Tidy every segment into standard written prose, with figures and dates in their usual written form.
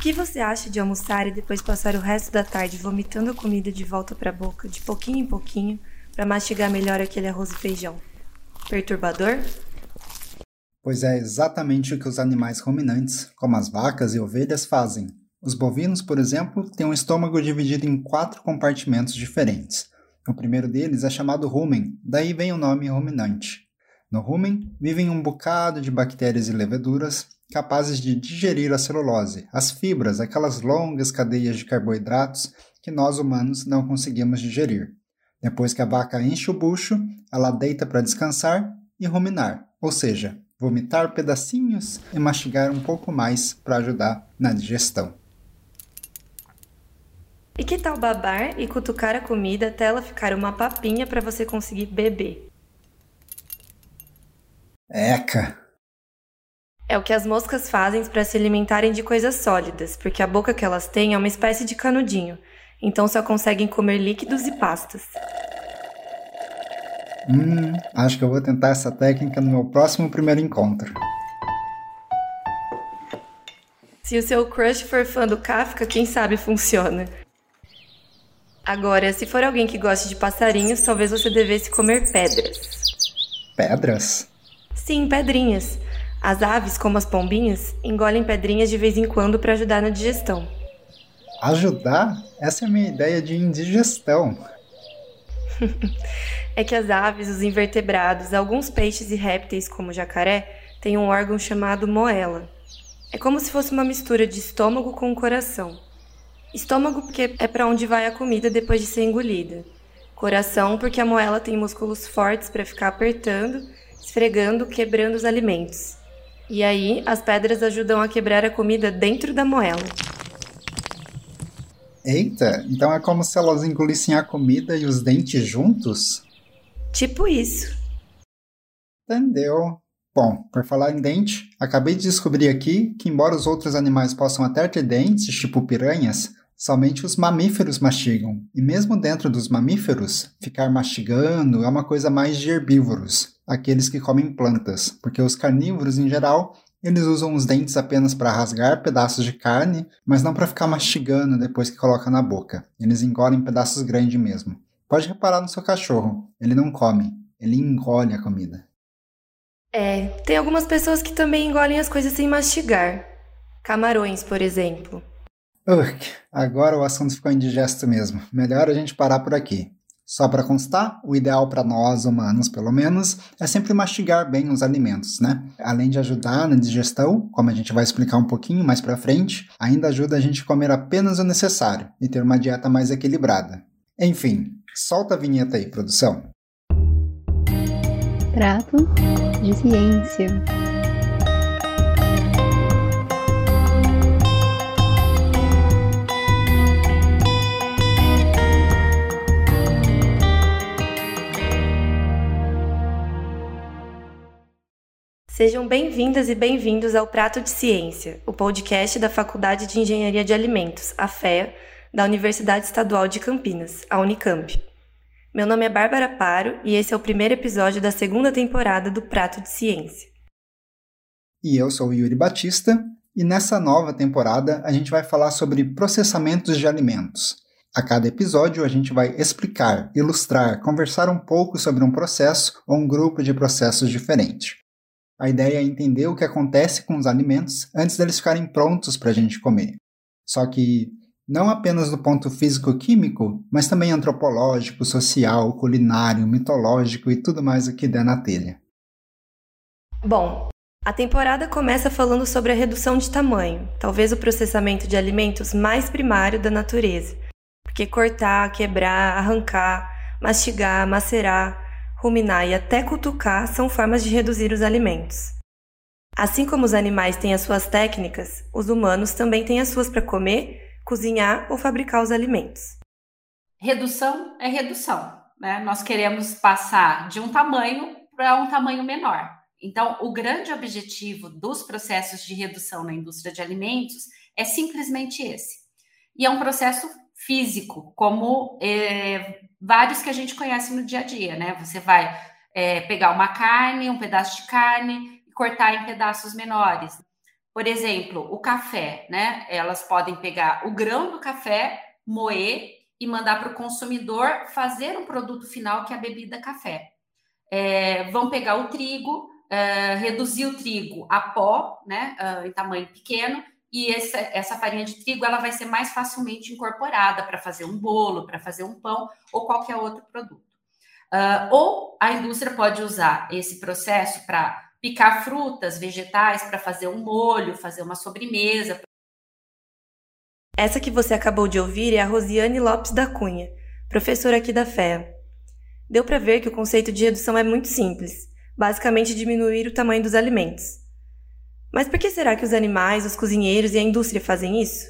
que você acha de almoçar e depois passar o resto da tarde vomitando a comida de volta para a boca, de pouquinho em pouquinho, para mastigar melhor aquele arroz e feijão? Perturbador? Pois é exatamente o que os animais ruminantes, como as vacas e ovelhas, fazem. Os bovinos, por exemplo, têm um estômago dividido em 4 compartimentos diferentes. O primeiro deles é chamado rumen, daí vem o nome ruminante. No rumen vivem um bocado de bactérias e leveduras capazes de digerir a celulose, as fibras, aquelas longas cadeias de carboidratos que nós humanos não conseguimos digerir. Depois que a vaca enche o bucho, ela deita para descansar e ruminar, ou seja, vomitar pedacinhos e mastigar um pouco mais para ajudar na digestão. E que tal babar e cutucar a comida até ela ficar uma papinha para você conseguir beber? Eca! É o que as moscas fazem para se alimentarem de coisas sólidas, porque a boca que elas têm é uma espécie de canudinho, então só conseguem comer líquidos e pastas. Acho que eu vou tentar essa técnica no meu próximo primeiro encontro. Se o seu crush for fã do Kafka, quem sabe funciona. Agora, se for alguém que goste de passarinhos, talvez você devesse comer pedras. Pedras? Sim, pedrinhas. As aves, como as pombinhas, engolem pedrinhas de vez em quando para ajudar na digestão. Ajudar? Essa é a minha ideia de indigestão. É que as aves, os invertebrados, alguns peixes e répteis, como o jacaré, têm um órgão chamado moela. É como se fosse uma mistura de estômago com o coração. Estômago porque é para onde vai a comida depois de ser engolida. Coração porque a moela tem músculos fortes para ficar apertando, esfregando, quebrando os alimentos. E aí, as pedras ajudam a quebrar a comida dentro da moela. Eita, então é como se elas engolissem a comida e os dentes juntos? Tipo isso. Entendeu? Bom, por falar em dente, acabei de descobrir aqui que embora os outros animais possam até ter dentes, tipo piranhas, somente os mamíferos mastigam. E mesmo dentro dos mamíferos, ficar mastigando é uma coisa mais de herbívoros, aqueles que comem plantas, porque os carnívoros em geral, eles usam os dentes apenas para rasgar pedaços de carne, mas não para ficar mastigando depois que coloca na boca. Eles engolem pedaços grandes mesmo. Pode reparar no seu cachorro, ele não come, ele engole a comida. Tem algumas pessoas que também engolem as coisas sem mastigar. Camarões, por exemplo. Agora o assunto ficou indigesto mesmo. Melhor a gente parar por aqui. Só para constar, o ideal para nós, humanos pelo menos, é sempre mastigar bem os alimentos, né? Além de ajudar na digestão, como a gente vai explicar um pouquinho mais para frente, ainda ajuda a gente a comer apenas o necessário e ter uma dieta mais equilibrada. Enfim, solta a vinheta aí, produção. Prato de ciência. Sejam bem-vindas e bem-vindos ao Prato de Ciência, o podcast da Faculdade de Engenharia de Alimentos, a FEA, da Universidade Estadual de Campinas, a Unicamp. Meu nome é Bárbara Paro e esse é o primeiro episódio da segunda temporada do Prato de Ciência. E eu sou o Yuri Batista, e nessa nova temporada a gente vai falar sobre processamentos de alimentos. A cada episódio a gente vai explicar, ilustrar, conversar um pouco sobre um processo ou um grupo de processos diferente. A ideia é entender o que acontece com os alimentos antes deles ficarem prontos para a gente comer. Só que não apenas do ponto físico-químico, mas também antropológico, social, culinário, mitológico e tudo mais o que der na telha. Bom, a temporada começa falando sobre a redução de tamanho, talvez o processamento de alimentos mais primário da natureza. Porque cortar, quebrar, arrancar, mastigar, macerar, ruminar e até cutucar são formas de reduzir os alimentos. Assim como os animais têm as suas técnicas, os humanos também têm as suas para comer, cozinhar ou fabricar os alimentos. Redução é redução, né? Nós queremos passar de um tamanho para um tamanho menor. Então, o grande objetivo dos processos de redução na indústria de alimentos é simplesmente esse. E é um processo físico, como vários que a gente conhece no dia a dia, né? Você vai pegar uma carne, um pedaço de carne e cortar em pedaços menores. Por exemplo, o café, né? Elas podem pegar o grão do café, moer e mandar para o consumidor fazer um produto final que é a bebida café. Vão pegar o trigo, reduzir o trigo a pó, né, em tamanho pequeno, e essa farinha de trigo ela vai ser mais facilmente incorporada para fazer um bolo, para fazer um pão ou qualquer outro produto. Ou a indústria pode usar esse processo para picar frutas, vegetais, para fazer um molho, fazer uma sobremesa. Essa que você acabou de ouvir é a Rosiane Lopes da Cunha, professora aqui da FEA. Deu para ver que o conceito de redução é muito simples, basicamente diminuir o tamanho dos alimentos. Mas por que será que os animais, os cozinheiros e a indústria fazem isso?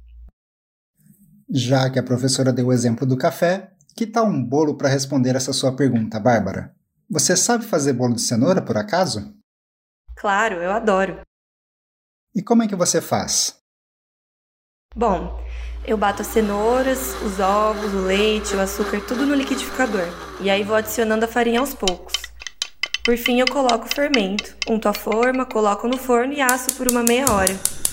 Já que a professora deu o exemplo do café, que tal um bolo para responder essa sua pergunta, Bárbara? Você sabe fazer bolo de cenoura, por acaso? Claro, eu adoro. E como é que você faz? Bom, eu bato as cenouras, os ovos, o leite, o açúcar, tudo no liquidificador. E aí vou adicionando a farinha aos poucos. Por fim, eu coloco o fermento, unto a forma, coloco no forno e asso por uma meia hora.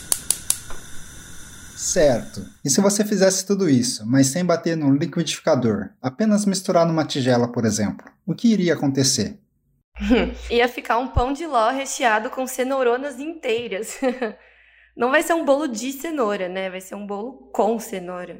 Certo. E se você fizesse tudo isso, mas sem bater no liquidificador, apenas misturar numa tigela, por exemplo, o que iria acontecer? Ia ficar um pão de ló recheado com cenouronas inteiras. Não vai ser um bolo de cenoura, né? Vai ser um bolo com cenoura.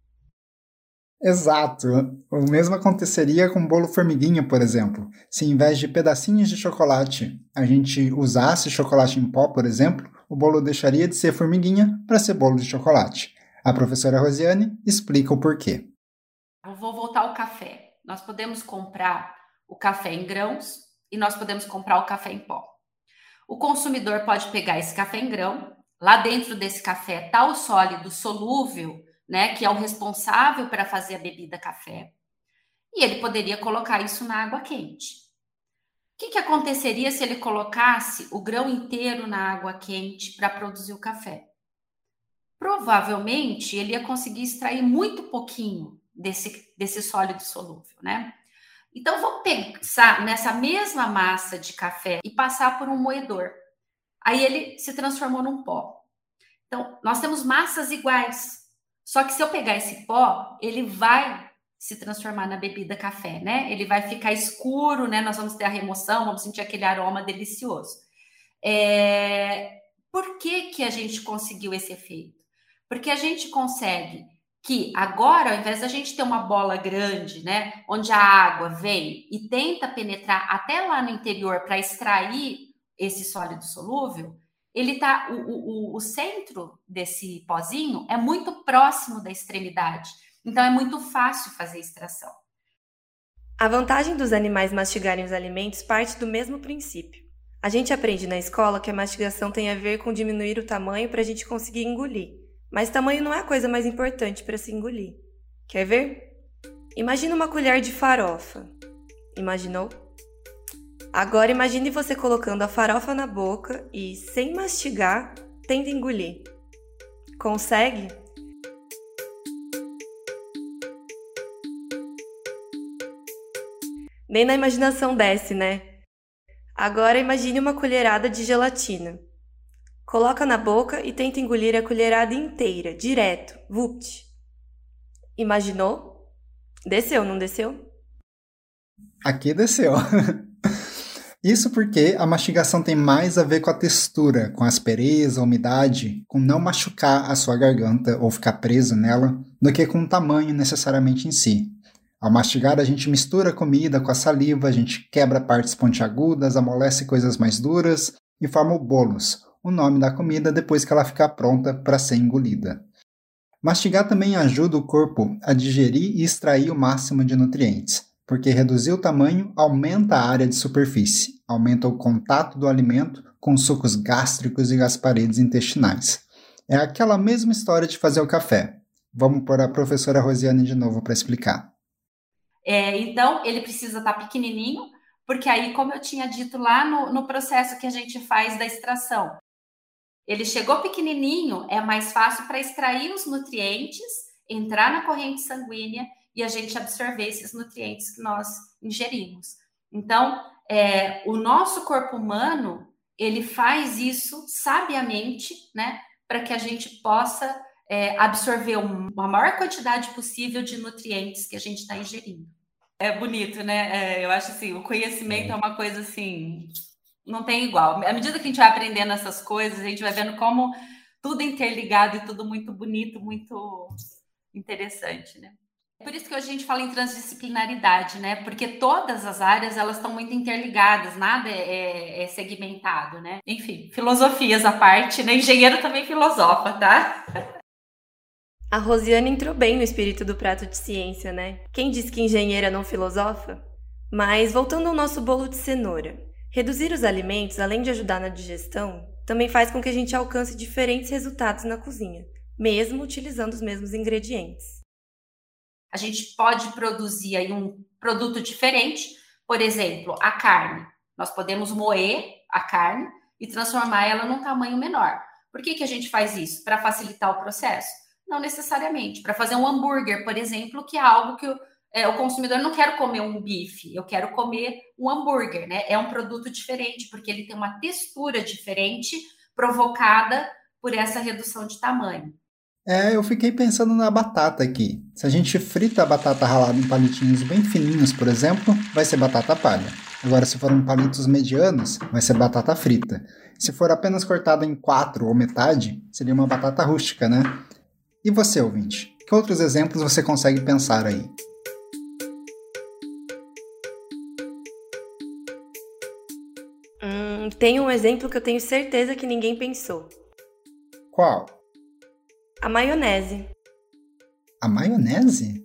Exato. O mesmo aconteceria com o bolo formiguinha, por exemplo. Se em vez de pedacinhos de chocolate a gente usasse chocolate em pó, por exemplo, o bolo deixaria de ser formiguinha para ser bolo de chocolate. A professora Rosiane explica o porquê. Eu vou voltar ao café. Nós podemos comprar o café em grãos e nós podemos comprar o café em pó. O consumidor pode pegar esse café em grão, lá dentro desse café está o sólido solúvel, né, que é o responsável para fazer a bebida café, e ele poderia colocar isso na água quente. O que aconteceria se ele colocasse o grão inteiro na água quente para produzir o café? Provavelmente ele ia conseguir extrair muito pouquinho desse sólido solúvel, né? Então vamos pensar nessa mesma massa de café e passar por um moedor. Aí ele se transformou num pó. Então, nós temos massas iguais. Só que se eu pegar esse pó, ele vai se transformar na bebida café, né? Ele vai ficar escuro, né? Nós vamos ter a remoção, vamos sentir aquele aroma delicioso. Por que a gente conseguiu esse efeito? Porque a gente consegue que agora, ao invés da gente ter uma bola grande, né? Onde a água vem e tenta penetrar até lá no interior para extrair esse sólido solúvel, ele tá, o centro desse pozinho é muito próximo da extremidade, então é muito fácil fazer extração. A vantagem dos animais mastigarem os alimentos parte do mesmo princípio. A gente aprende na escola que a mastigação tem a ver com diminuir o tamanho para a gente conseguir engolir, mas tamanho não é a coisa mais importante para se engolir. Quer ver? Imagina uma colher de farofa. Imaginou? Agora imagine você colocando a farofa na boca e, sem mastigar, tenta engolir. Consegue? Nem na imaginação desce, né? Agora imagine uma colherada de gelatina. Coloca na boca e tenta engolir a colherada inteira, direto, vupt. Imaginou? Desceu, não desceu? Aqui desceu. Isso porque a mastigação tem mais a ver com a textura, com a aspereza, a umidade, com não machucar a sua garganta ou ficar preso nela, do que com o tamanho necessariamente em si. Ao mastigar, a gente mistura a comida com a saliva, a gente quebra partes pontiagudas, amolece coisas mais duras e forma o bolos, o nome da comida depois que ela ficar pronta para ser engolida. Mastigar também ajuda o corpo a digerir e extrair o máximo de nutrientes, porque reduzir o tamanho aumenta a área de superfície, aumenta o contato do alimento com os sucos gástricos e as paredes intestinais. É aquela mesma história de fazer o café. Vamos pôr a professora Rosiane de novo para explicar. Então, ele precisa estar pequenininho, porque aí, como eu tinha dito lá no processo que a gente faz da extração, ele chegou pequenininho, é mais fácil para extrair os nutrientes, entrar na corrente sanguínea e a gente absorver esses nutrientes que nós ingerimos. Então, o nosso corpo humano, ele faz isso sabiamente, né, para que a gente possa absorver uma maior quantidade possível de nutrientes que a gente está ingerindo. É bonito, né? Eu acho assim, o conhecimento é uma coisa assim, não tem igual. À medida que a gente vai aprendendo essas coisas, a gente vai vendo como tudo é interligado e tudo muito bonito, muito interessante, né? Por isso que hoje a gente fala em transdisciplinaridade, né? Porque todas as áreas, elas estão muito interligadas, nada é segmentado, né? Enfim, filosofias à parte, né? Engenheiro também filosofa, tá? A Rosiane entrou bem no espírito do prato de ciência, né? Quem disse que engenheira não filosofa? Mas voltando ao nosso bolo de cenoura, reduzir os alimentos, além de ajudar na digestão, também faz com que a gente alcance diferentes resultados na cozinha, mesmo utilizando os mesmos ingredientes. A gente pode produzir aí um produto diferente, por exemplo, a carne. Nós podemos moer a carne e transformar ela num tamanho menor. Por que a gente faz isso? Para facilitar o processo? Não necessariamente. Para fazer um hambúrguer, por exemplo, que é algo que o consumidor não quer comer um bife, eu quero comer um hambúrguer, né? É um produto diferente, porque ele tem uma textura diferente provocada por essa redução de tamanho. Eu fiquei pensando na batata aqui. Se a gente frita a batata ralada em palitinhos bem fininhos, por exemplo, vai ser batata palha. Agora, se for em palitos medianos, vai ser batata frita. Se for apenas cortada em 4 ou metade, seria uma batata rústica, né? E você, ouvinte? Que outros exemplos você consegue pensar aí? Tem um exemplo que eu tenho certeza que ninguém pensou. Qual? A maionese. A maionese?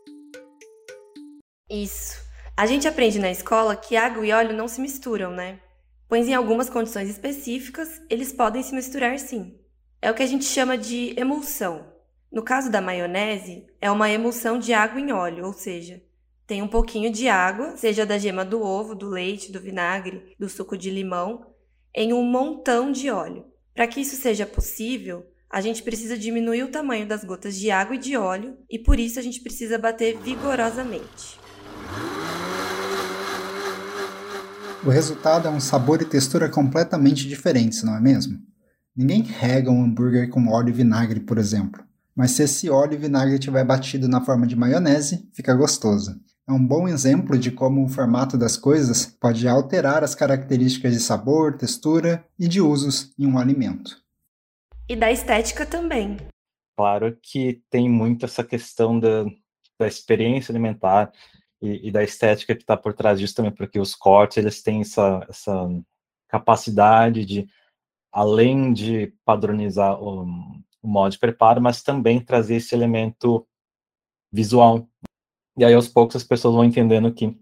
Isso. A gente aprende na escola que água e óleo não se misturam, né? Pois em algumas condições específicas, eles podem se misturar sim. É o que a gente chama de emulsão. No caso da maionese, é uma emulsão de água em óleo, ou seja, tem um pouquinho de água, seja da gema do ovo, do leite, do vinagre, do suco de limão, em um montão de óleo. Para que isso seja possível, a gente precisa diminuir o tamanho das gotas de água e de óleo e por isso a gente precisa bater vigorosamente. O resultado é um sabor e textura completamente diferentes, não é mesmo? Ninguém rega um hambúrguer com óleo e vinagre, por exemplo. Mas se esse óleo e vinagre estiver batido na forma de maionese, fica gostoso. É um bom exemplo de como o formato das coisas pode alterar as características de sabor, textura e de usos em um alimento. E da estética também. Claro que tem muito essa questão da experiência alimentar e da estética que está por trás disso também, porque os cortes eles têm essa capacidade de, além de padronizar o modo de preparo, mas também trazer esse elemento visual. E aí, aos poucos, as pessoas vão entendendo que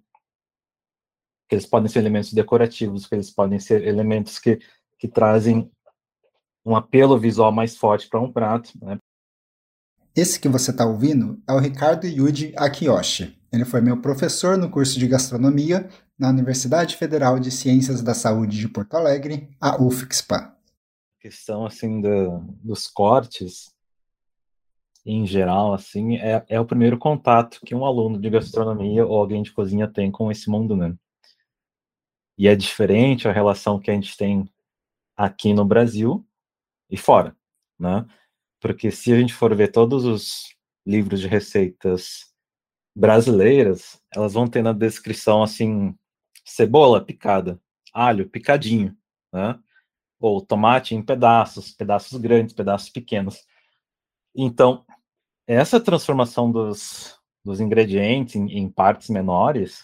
eles podem ser elementos decorativos, que eles podem ser elementos que trazem um apelo visual mais forte para um prato, né? Esse que você está ouvindo é o Ricardo Yuji Akiyoshi. Ele foi meu professor no curso de gastronomia na Universidade Federal de Ciências da Saúde de Porto Alegre, a UFSPA. A questão assim dos cortes, em geral, assim, é o primeiro contato que um aluno de gastronomia ou alguém de cozinha tem com esse mundo, né? E é diferente a relação que a gente tem aqui no Brasil e fora, né? Porque se a gente for ver todos os livros de receitas brasileiras, elas vão ter na descrição, assim, cebola picada, alho picadinho, né? Ou tomate em pedaços grandes, pedaços pequenos. Então, essa transformação dos ingredientes em partes menores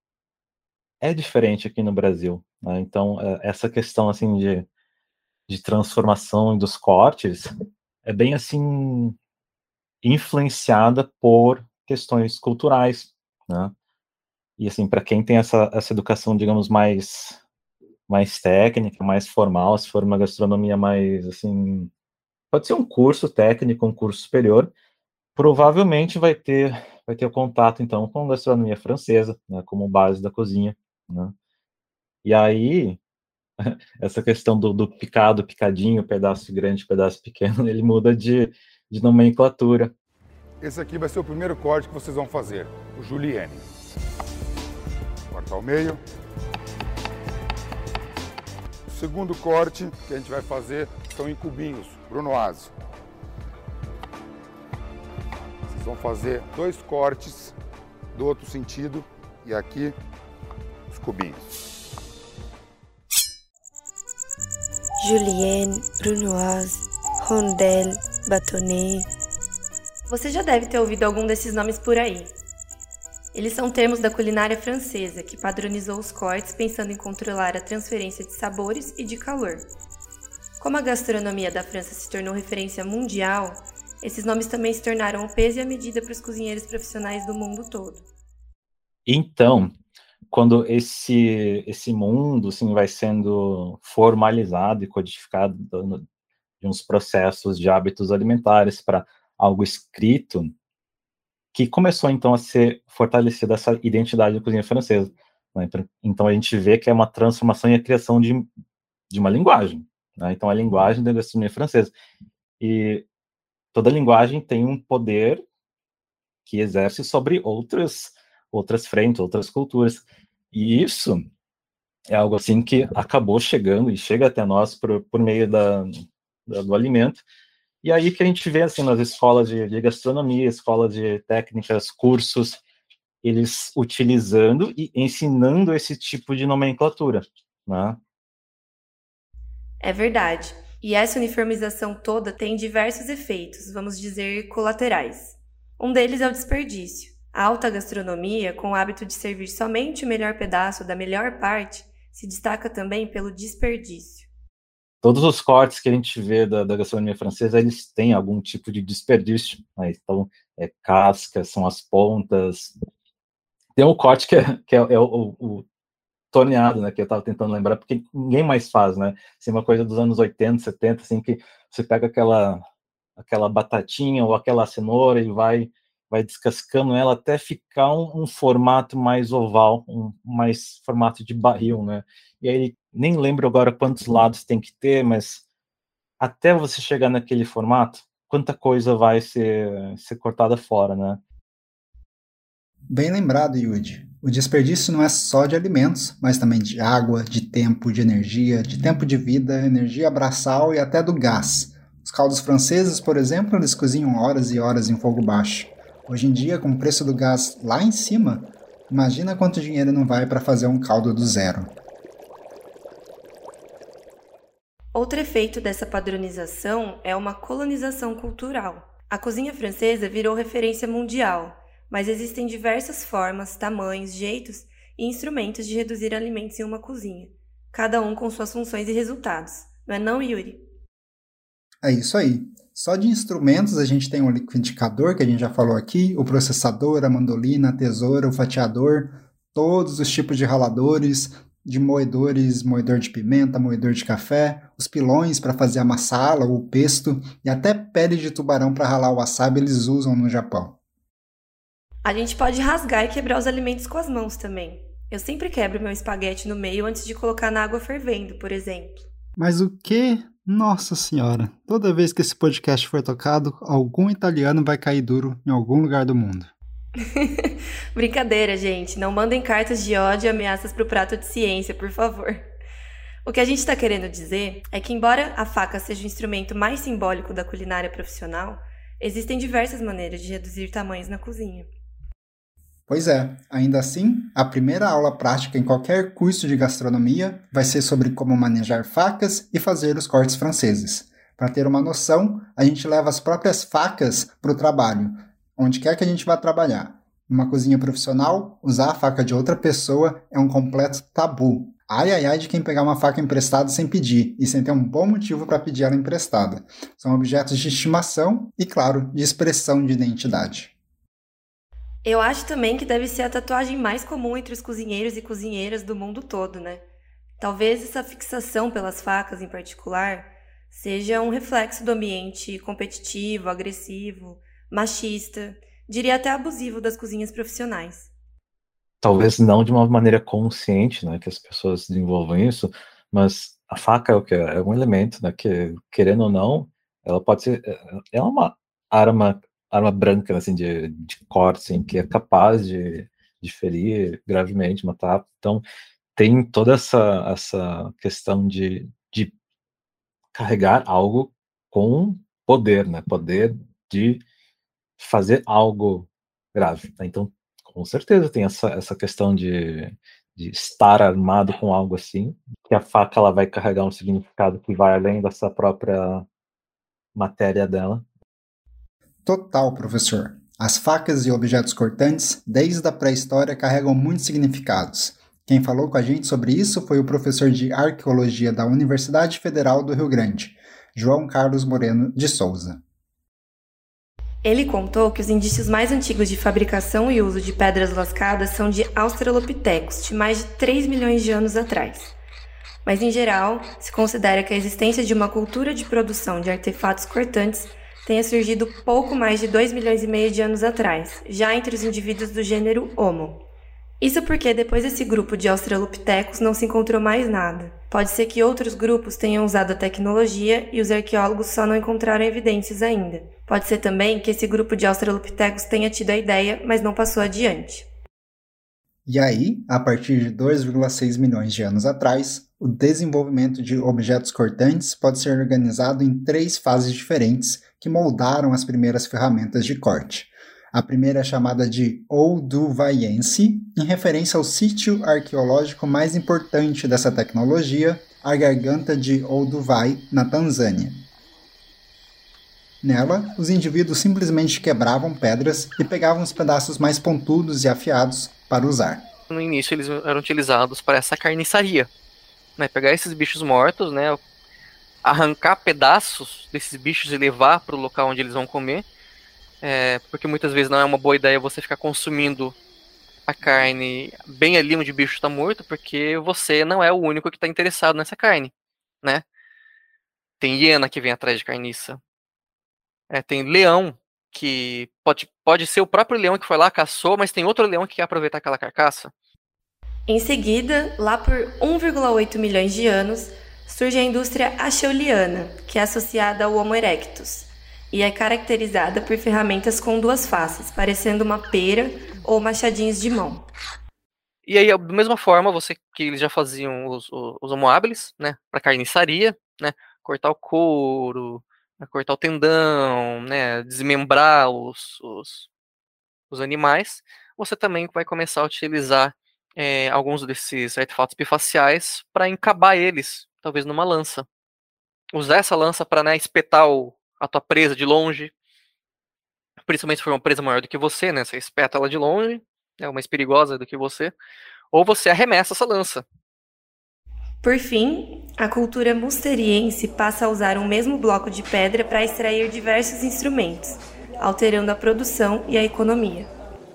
é diferente aqui no Brasil, né? Então, essa questão, assim, de transformação dos cortes é bem, assim, influenciada por questões culturais, né? E, assim, para quem tem essa educação, digamos, mais técnica, mais formal, se for uma gastronomia mais, assim, pode ser um curso técnico, um curso superior, provavelmente vai ter o contato, então, com gastronomia francesa, né, como base da cozinha, né? E aí, essa questão do picado, picadinho, pedaço grande, pedaço pequeno, ele muda de nomenclatura. Esse aqui vai ser o primeiro corte que vocês vão fazer, o julienne. Corta ao meio. segundo corte que a gente vai fazer são em cubinhos, brunoise. Vocês vão fazer 2 cortes do outro sentido e aqui os cubinhos. Julienne, brunoise, rondelle, bâtonnet. Você já deve ter ouvido algum desses nomes por aí. Eles são termos da culinária francesa, que padronizou os cortes pensando em controlar a transferência de sabores e de calor. Como a gastronomia da França se tornou referência mundial, esses nomes também se tornaram o peso e a medida para os cozinheiros profissionais do mundo todo. Então, quando esse mundo assim, vai sendo formalizado e codificado de uns processos de hábitos alimentares para algo escrito, que começou, então, a ser fortalecida essa identidade da cozinha francesa. Né? Então, a gente vê que é uma transformação e a criação de uma linguagem. Né? Então, a linguagem da gastronomia francesa. E toda linguagem tem um poder que exerce sobre outras frentes, outras culturas. E isso é algo assim que acabou chegando e chega até nós por meio do alimento. E aí que a gente vê assim, nas escolas de gastronomia, escolas de técnicas, cursos, eles utilizando e ensinando esse tipo de nomenclatura. Né? É verdade. E essa uniformização toda tem diversos efeitos, vamos dizer, colaterais. Um deles é o desperdício. A alta gastronomia, com o hábito de servir somente o melhor pedaço da melhor parte, se destaca também pelo desperdício. Todos os cortes que a gente vê da gastronomia francesa, eles têm algum tipo de desperdício. Né? Então, cascas, são as pontas. Tem um corte que é o torneado, né, que eu estava tentando lembrar, porque ninguém mais faz, né? Assim, uma coisa dos anos 80, 70, assim, que você pega aquela batatinha ou aquela cenoura e vai descascando ela até ficar um formato mais oval, mais formato de barril, né? E aí, nem lembro agora quantos lados tem que ter, mas até você chegar naquele formato, quanta coisa vai ser cortada fora, né? Bem lembrado, Yudi. O desperdício não é só de alimentos, mas também de água, de tempo de vida, energia braçal e até do gás. Os caldos franceses, por exemplo, eles cozinham horas e horas em fogo baixo. Hoje em dia, com o preço do gás lá em cima, imagina quanto dinheiro não vai para fazer um caldo do zero. Outro efeito dessa padronização é uma colonização cultural. A cozinha francesa virou referência mundial, mas existem diversas formas, tamanhos, jeitos e instrumentos de reduzir alimentos em uma cozinha, cada um com suas funções e resultados. Não é não, Yuri? É isso aí. Só de instrumentos a gente tem o liquidificador, que a gente já falou aqui, o processador, a mandolina, a tesoura, o fatiador, todos os tipos de raladores, de moedores, moedor de pimenta, moedor de café, os pilões para fazer a massala ou o pesto e até pele de tubarão para ralar o wasabi eles usam no Japão. A gente pode rasgar e quebrar os alimentos com as mãos também. Eu sempre quebro meu espaguete no meio antes de colocar na água fervendo, por exemplo. Mas o quê? Nossa senhora, toda vez que esse podcast for tocado, algum italiano vai cair duro em algum lugar do mundo. Brincadeira, gente. Não mandem cartas de ódio e ameaças pro prato de ciência, por favor. O que a gente está querendo dizer é que, embora a faca seja o instrumento mais simbólico da culinária profissional, existem diversas maneiras de reduzir tamanhos na cozinha. Pois é, ainda assim, a primeira aula prática em qualquer curso de gastronomia vai ser sobre como manejar facas e fazer os cortes franceses. Para ter uma noção, a gente leva as próprias facas para o trabalho, onde quer que a gente vá trabalhar. Numa cozinha profissional, usar a faca de outra pessoa é um completo tabu. Ai, ai, ai de quem pegar uma faca emprestada sem pedir e sem ter um bom motivo para pedir ela emprestada. São objetos de estimação e, claro, de expressão de identidade. Eu acho também que deve ser a tatuagem mais comum entre os cozinheiros e cozinheiras do mundo todo, né? Talvez essa fixação pelas facas em particular seja um reflexo do ambiente competitivo, agressivo, machista, diria até abusivo das cozinhas profissionais. Talvez não de uma maneira consciente, né, que as pessoas desenvolvam isso, mas a faca é o que é um elemento, né, que querendo ou não, ela pode ser é uma arma branca, assim, de corte, assim, que é capaz de ferir gravemente, matar. Então, tem toda essa questão de carregar algo com poder, né? Poder de fazer algo grave. Né? Então, com certeza tem essa questão de estar armado com algo assim, que a faca ela vai carregar um significado que vai além dessa própria matéria dela. Total, professor. As facas e objetos cortantes, desde a pré-história, carregam muitos significados. Quem falou com a gente sobre isso foi o professor de Arqueologia da Universidade Federal do Rio Grande, João Carlos Moreno de Souza. Ele contou que os indícios mais antigos de fabricação e uso de pedras lascadas são de australopitecos, de mais de 3 milhões de anos atrás. Mas, em geral, se considera que a existência de uma cultura de produção de artefatos cortantes tenha surgido pouco mais de 2,5 milhões de anos atrás, já entre os indivíduos do gênero Homo. Isso porque depois desse grupo de australopitecos não se encontrou mais nada. Pode ser que outros grupos tenham usado a tecnologia e os arqueólogos só não encontraram evidências ainda. Pode ser também que esse grupo de australopitecos tenha tido a ideia, mas não passou adiante. E aí, a partir de 2,6 milhões de anos atrás, o desenvolvimento de objetos cortantes pode ser organizado em 3 fases diferentes que moldaram as primeiras ferramentas de corte. A primeira é chamada de Olduvaiense, em referência ao sítio arqueológico mais importante dessa tecnologia, a Garganta de Olduvai, na Tanzânia. Nela, os indivíduos simplesmente quebravam pedras e pegavam os pedaços mais pontudos e afiados para usar. No início eles eram utilizados para essa carniçaria, né? Pegar esses bichos mortos, né? Arrancar pedaços desses bichos e levar para o local onde eles vão comer, porque muitas vezes não é uma boa ideia você ficar consumindo a carne bem ali onde o bicho está morto, porque você não é o único que está interessado nessa carne, né? Tem hiena que vem atrás de carniça, tem leão que pode ser o próprio leão que foi lá, caçou, mas tem outro leão que quer aproveitar aquela carcaça. Em seguida, lá por 1,8 milhões de anos, surge a indústria acheuliana, que é associada ao Homo erectus, e é caracterizada por ferramentas com 2 faces, parecendo uma pera ou machadinhos de mão. E aí, da mesma forma, que eles já faziam os Homo habilis, né, para carniçaria, né, cortar o couro, cortar o tendão, né, desmembrar os animais, você também vai começar a utilizar alguns desses artefatos bifaciais para encabar eles, talvez numa lança. Usar essa lança para, né, espetar a tua presa de longe, principalmente se for uma presa maior do que você, né, você espeta ela de longe, é mais perigosa do que você, ou você arremessa essa lança. Por fim, a cultura musteriense passa a usar um mesmo bloco de pedra para extrair diversos instrumentos, alterando a produção e a economia.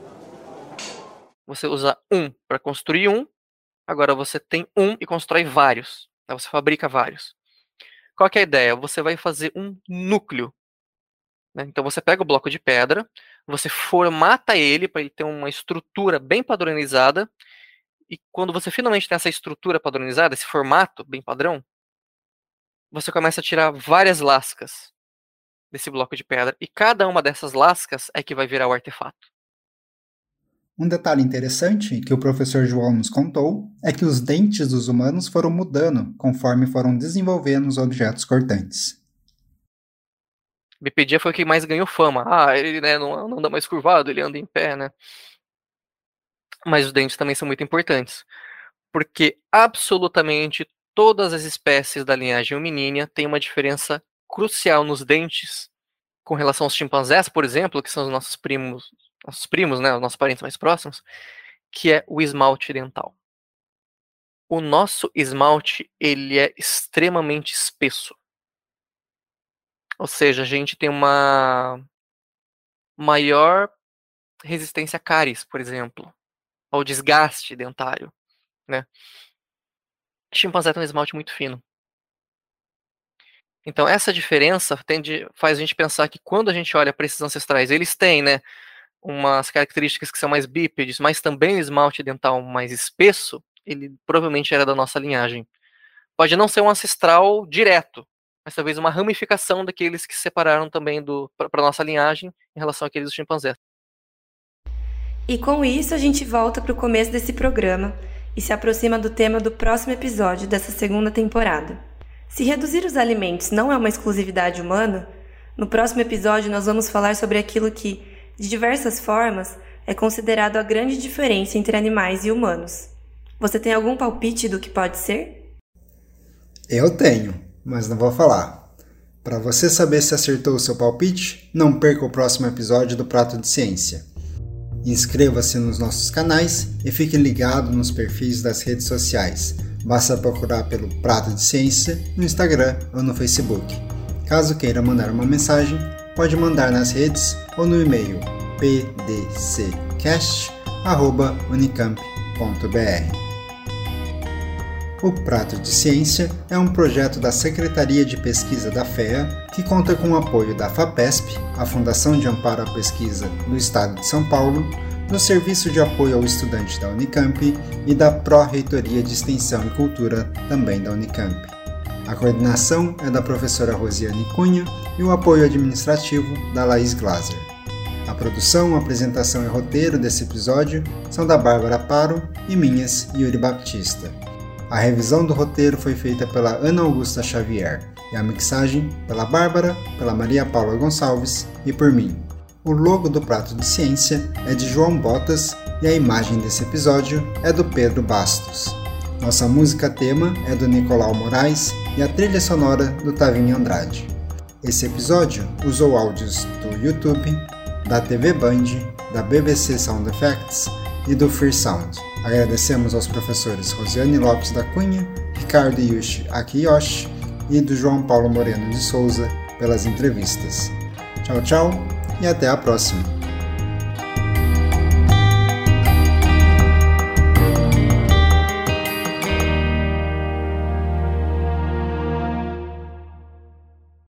Você usa um para construir um, agora você tem um e constrói vários. Você fabrica vários. Qual que é a ideia? Você vai fazer um núcleo. Né? Então você pega o bloco de pedra, você formata ele para ele ter uma estrutura bem padronizada, e quando você finalmente tem essa estrutura padronizada, esse formato bem padrão, você começa a tirar várias lascas desse bloco de pedra, e cada uma dessas lascas é que vai virar o artefato. Um detalhe interessante que o professor João nos contou é que os dentes dos humanos foram mudando conforme foram desenvolvendo os objetos cortantes. Bipedia foi o que mais ganhou fama. Ele, né, não anda mais curvado, ele anda em pé, né? Mas os dentes também são muito importantes, porque absolutamente todas as espécies da linhagem hominínia têm uma diferença crucial nos dentes com relação aos chimpanzés, por exemplo, que são os nossos primos, né, os nossos parentes mais próximos, que é o esmalte dental. O nosso esmalte, ele é extremamente espesso. Ou seja, a gente tem uma maior resistência a cáries, por exemplo, ao desgaste dentário, né? O chimpanzé tem um esmalte muito fino. Então, essa diferença faz a gente pensar que quando a gente olha para esses ancestrais, eles têm, né, umas características que são mais bípedes, mas também o esmalte dental mais espesso, ele provavelmente era da nossa linhagem. Pode não ser um ancestral direto, mas talvez uma ramificação daqueles que se separaram também para a nossa linhagem em relação àqueles dos chimpanzés. E com isso a gente volta para o começo desse programa e se aproxima do tema do próximo episódio dessa segunda temporada. Se reduzir os alimentos não é uma exclusividade humana, no próximo episódio nós vamos falar sobre aquilo que, de diversas formas, é considerado a grande diferença entre animais e humanos. Você tem algum palpite do que pode ser? Eu tenho, mas não vou falar. Para você saber se acertou o seu palpite, não perca o próximo episódio do Prato de Ciência. Inscreva-se nos nossos canais e fique ligado nos perfis das redes sociais. Basta procurar pelo Prato de Ciência no Instagram ou no Facebook. Caso queira mandar uma mensagem, pode mandar nas redes ou no e-mail pdccast@unicamp.br. O Prato de Ciência é um projeto da Secretaria de Pesquisa da FEA que conta com o apoio da FAPESP, a Fundação de Amparo à Pesquisa do Estado de São Paulo, do Serviço de Apoio ao Estudante da Unicamp e da Pró-Reitoria de Extensão e Cultura, também da Unicamp. A coordenação é da professora Rosiane Cunha e o apoio administrativo da Laís Glaser. A produção, apresentação e roteiro desse episódio são da Bárbara Paro e minhas, Yuri Baptista. A revisão do roteiro foi feita pela Ana Augusta Xavier e a mixagem pela Bárbara, pela Maria Paula Gonçalves e por mim. O logo do Prato de Ciência é de João Botas e a imagem desse episódio é do Pedro Bastos. Nossa música tema é do Nicolau Moraes e a trilha sonora do Tavinho Andrade. Esse episódio usou áudios do YouTube, da TV Band, da BBC Sound Effects e do Free Sound. Agradecemos aos professores Rosiane Lopes da Cunha, Ricardo Yushi Akiyoshi e do João Paulo Moreno de Souza pelas entrevistas. Tchau, tchau e até a próxima!